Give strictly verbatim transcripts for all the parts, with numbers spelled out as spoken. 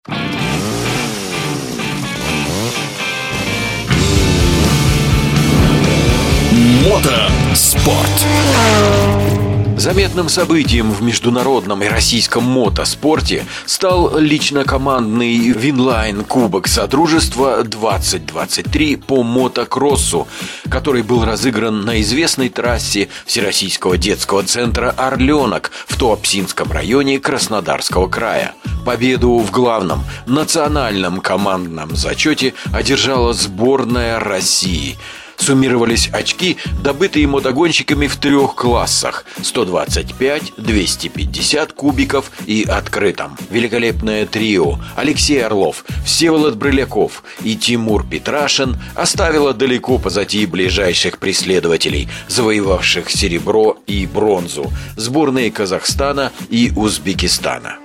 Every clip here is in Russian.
Мотоспорт. Заметным событием в международном и российском мотоспорте стал лично командный Винлайн Кубок Содружества двадцать двадцать три по мотокроссу, который был разыгран на известной трассе Всероссийского детского центра «Орленок» в Туапсинском районе Краснодарского края. Победу в главном национальном командном зачете одержала сборная России. Суммировались очки, добытые мотогонщиками в трех классах – сто двадцать пять, двести пятьдесят кубиков и открытом. Великолепное трио Алексей Орлов, Всеволод Брыляков и Тимур Петрашин оставило далеко позади ближайших преследователей, завоевавших серебро и бронзу – сборные Казахстана и Узбекистана.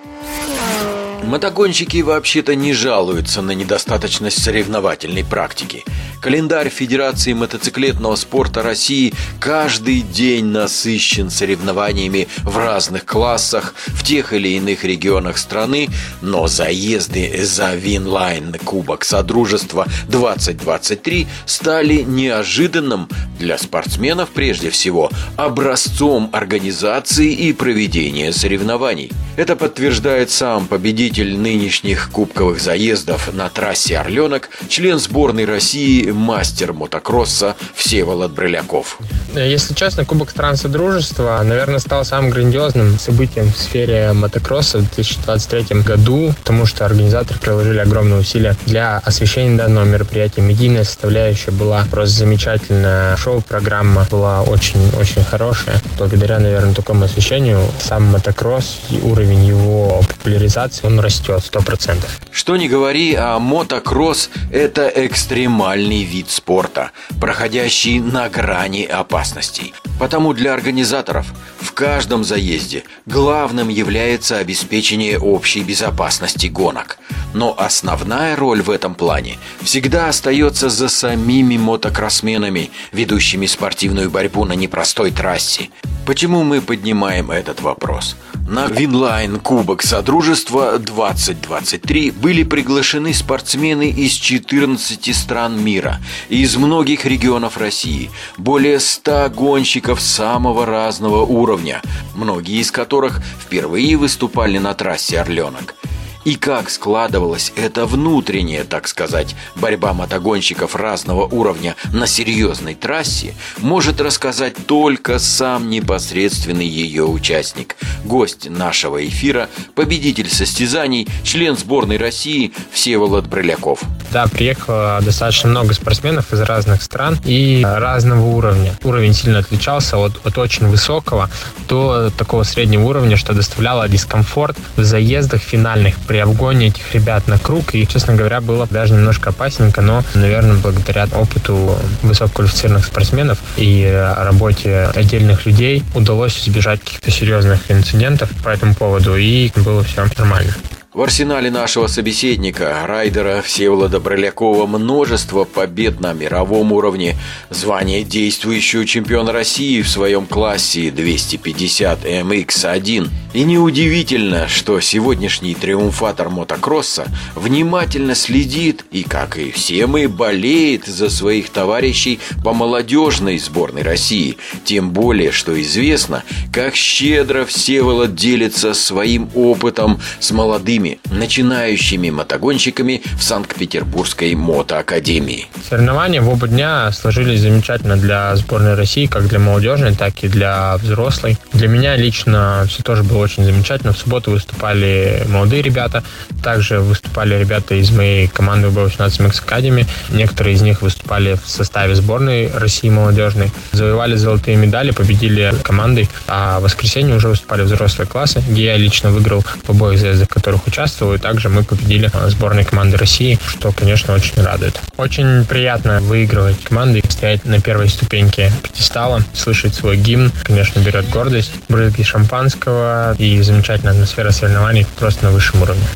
Мотогонщики вообще-то не жалуются на недостаточность соревновательной практики. Календарь Федерации мотоциклетного спорта России каждый день насыщен соревнованиями в разных классах в тех или иных регионах страны, но заезды за Винлайн Кубок Содружества двадцать двадцать три стали неожиданным для спортсменов прежде всего образцом организации и проведения соревнований. Это подтверждает сам победитель нынешних кубковых заездов на трассе «Орленок», член сборной России, мастер мотокросса Всеволод Брыляков. Если честно, Кубок стран Содружества, наверное, стал самым грандиозным событием в сфере мотокросса в две тысячи двадцать третьем году, потому что организаторы приложили огромные усилия для освещения данного мероприятия. Медийная составляющая была просто замечательная. Шоу-программа была очень-очень хорошая. Благодаря, наверное, такому освещению сам мотокросс и уровень его популяризации, он растет сто процентов. Что ни говори, а мотокросс – это экстремальный вид спорта, проходящий на грани опасностей. Потому для организаторов в каждом заезде главным является обеспечение общей безопасности гонок. Но основная роль в этом плане всегда остается за самими мотокроссменами, ведущими спортивную борьбу на непростой трассе. Почему мы поднимаем этот вопрос? На Винлайн Кубок Содружества двадцать двадцать три были приглашены спортсмены из четырнадцати стран мира и из многих регионов России, более ста гонщиков самого разного уровня, многие из которых впервые выступали на трассе «Орленок». И как складывалась эта внутренняя, так сказать, борьба мотогонщиков разного уровня на серьезной трассе, может рассказать только сам непосредственный ее участник, гость нашего эфира, победитель состязаний, член сборной России Всеволод Брыляков. Да, приехало достаточно много спортсменов из разных стран и разного уровня. Уровень сильно отличался от, от очень высокого до такого среднего уровня, что доставляло дискомфорт в заездах финальных при обгоне этих ребят на круг. И, честно говоря, было даже немножко опасненько, но, наверное, благодаря опыту высококвалифицированных спортсменов и работе отдельных людей удалось избежать каких-то серьезных инцидентов по этому поводу, и было все нормально. В арсенале нашего собеседника, райдера Всеволода Брылякова, множество побед на мировом уровне, звание действующего чемпиона России в своем классе двести пятьдесят эм икс один. И неудивительно, что сегодняшний триумфатор мотокросса внимательно следит и, как и все мы, болеет за своих товарищей по молодежной сборной России. Тем более, что известно, как щедро Всеволод делится своим опытом с молодыми начинающими мотогонщиками в Санкт-Петербургской мотоакадемии. Соревнования в оба дня сложились замечательно для сборной России, как для молодежной, так и для взрослой. Для меня лично все тоже было очень замечательно. В субботу выступали молодые ребята, также выступали ребята из моей команды би восемнадцать эм икс Academy. Некоторые из них выступали в составе сборной России молодежной. Завоевали золотые медали, победили командой. А в воскресенье уже выступали взрослые классы, где я лично выиграл в обоих заездах, в которых участвовал. И также мы победили сборной команды России, что, конечно, очень радует. Очень приятно выигрывать команды, стоять на первой ступеньке пьедестала, слышать свой гимн, конечно, берет гордость. Брызги шампанского и замечательная атмосфера соревнований просто на высшем уровне.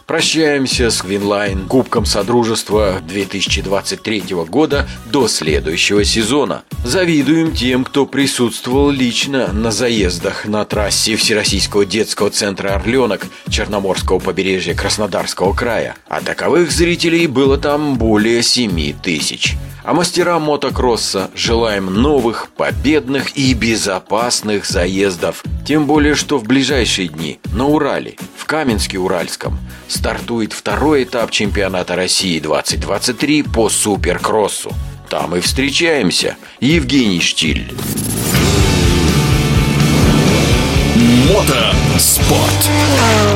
Прощаемся с Винлайн Кубком Содружества две тысячи двадцать третьего года до следующего сезона. Завидуем тем, кто присутствовал лично на заездах на трассе Всероссийского детского центра «Орленок» Черноморского побережья Краснодарского края. А таковых зрителей было там более семи тысяч. А мастерам мотокросса желаем новых, победных и безопасных заездов. Тем более, что в ближайшие дни на Урале, в Каменске-Уральском, стартует второй этап чемпионата России двадцать двадцать три по суперкроссу. Там и встречаемся. Евгений Штиль. Мотоспорт.